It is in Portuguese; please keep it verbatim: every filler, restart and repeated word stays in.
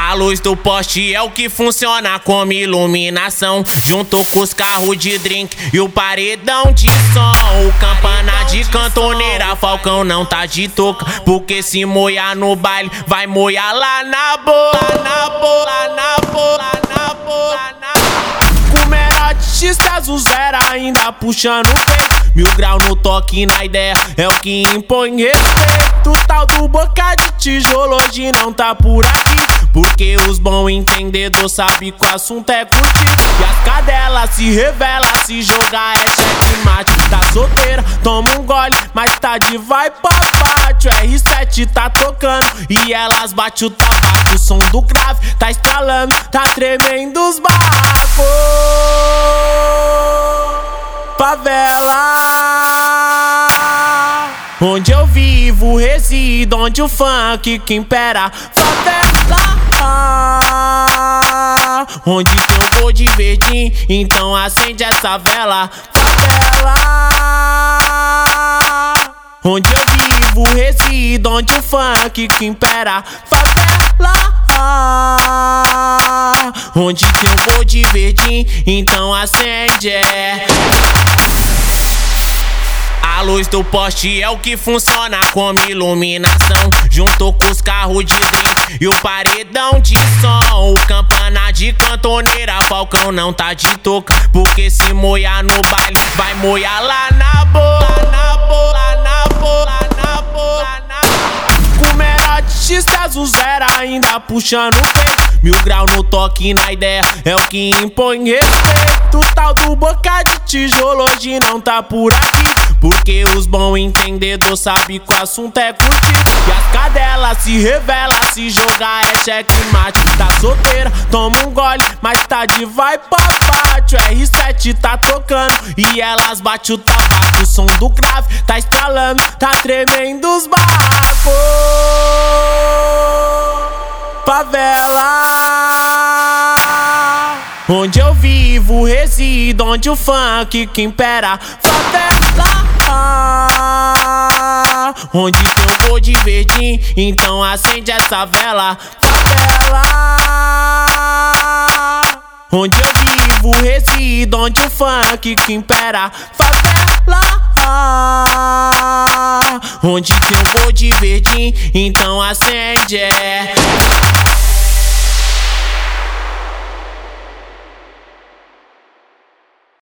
A luz do poste é o que funciona como iluminação, junto com os carros de drink e o paredão de som. O campana de cantoneira, Falcão não tá de touca, porque se moiar no baile, vai moiar lá na boca. Lá na boca, lá na boca, lá na boca, lá na boca. Com Merote, César Zera ainda puxando o peito. Mil grau no toque na ideia, é o que impõe respeito. O tal do boca de tijolo hoje não tá por aqui, porque os bons entendedores sabem que o assunto é curtir. E as cadelas se revela, se jogar é checkmate. Tá solteira, toma um gole, mais tarde vai pra pátio. R sete tá tocando e elas batem o tabaco. O som do grave tá estralando, tá tremendo os barracos. Favela, onde eu vivo, resido, onde o funk que impera. Favela, onde tem um gol de verdinho, então acende essa vela. Favela, onde eu vivo, resido, onde o funk que impera. Favela, onde tem um gol de verdinho, então acende. A luz do poste é o que funciona como iluminação, junto com os carros de drink e o paredão de som. O campana de cantoneira, Falcão não tá de touca, porque se moiar no baile, vai moiar lá na boca. Lá na boca, lá na boca, lá na boca, lá na boca. Com Merote, César Zera ainda puxando o peito. Mil grau no toque na ideia, é o que impõe respeito. O tal do boca de tijolo hoje não tá por aqui, porque os bons entendedores sabem que o assunto é curtir. E as cadelas se revela, se jogar é checkmate. Tá solteira, toma um gole, mais tarde vai pra pátio. R sete tá tocando e elas batem o tabaco. O som do grave tá estralando, tá tremendo os barracos. Favela, onde eu vivo, resido, onde o funk que impera. Favela, onde tem um gol de verdinho, então acende essa vela. Favela, onde eu vivo, resido, onde o funk que impera. Favela, onde tem um gol de verdinho, então acende.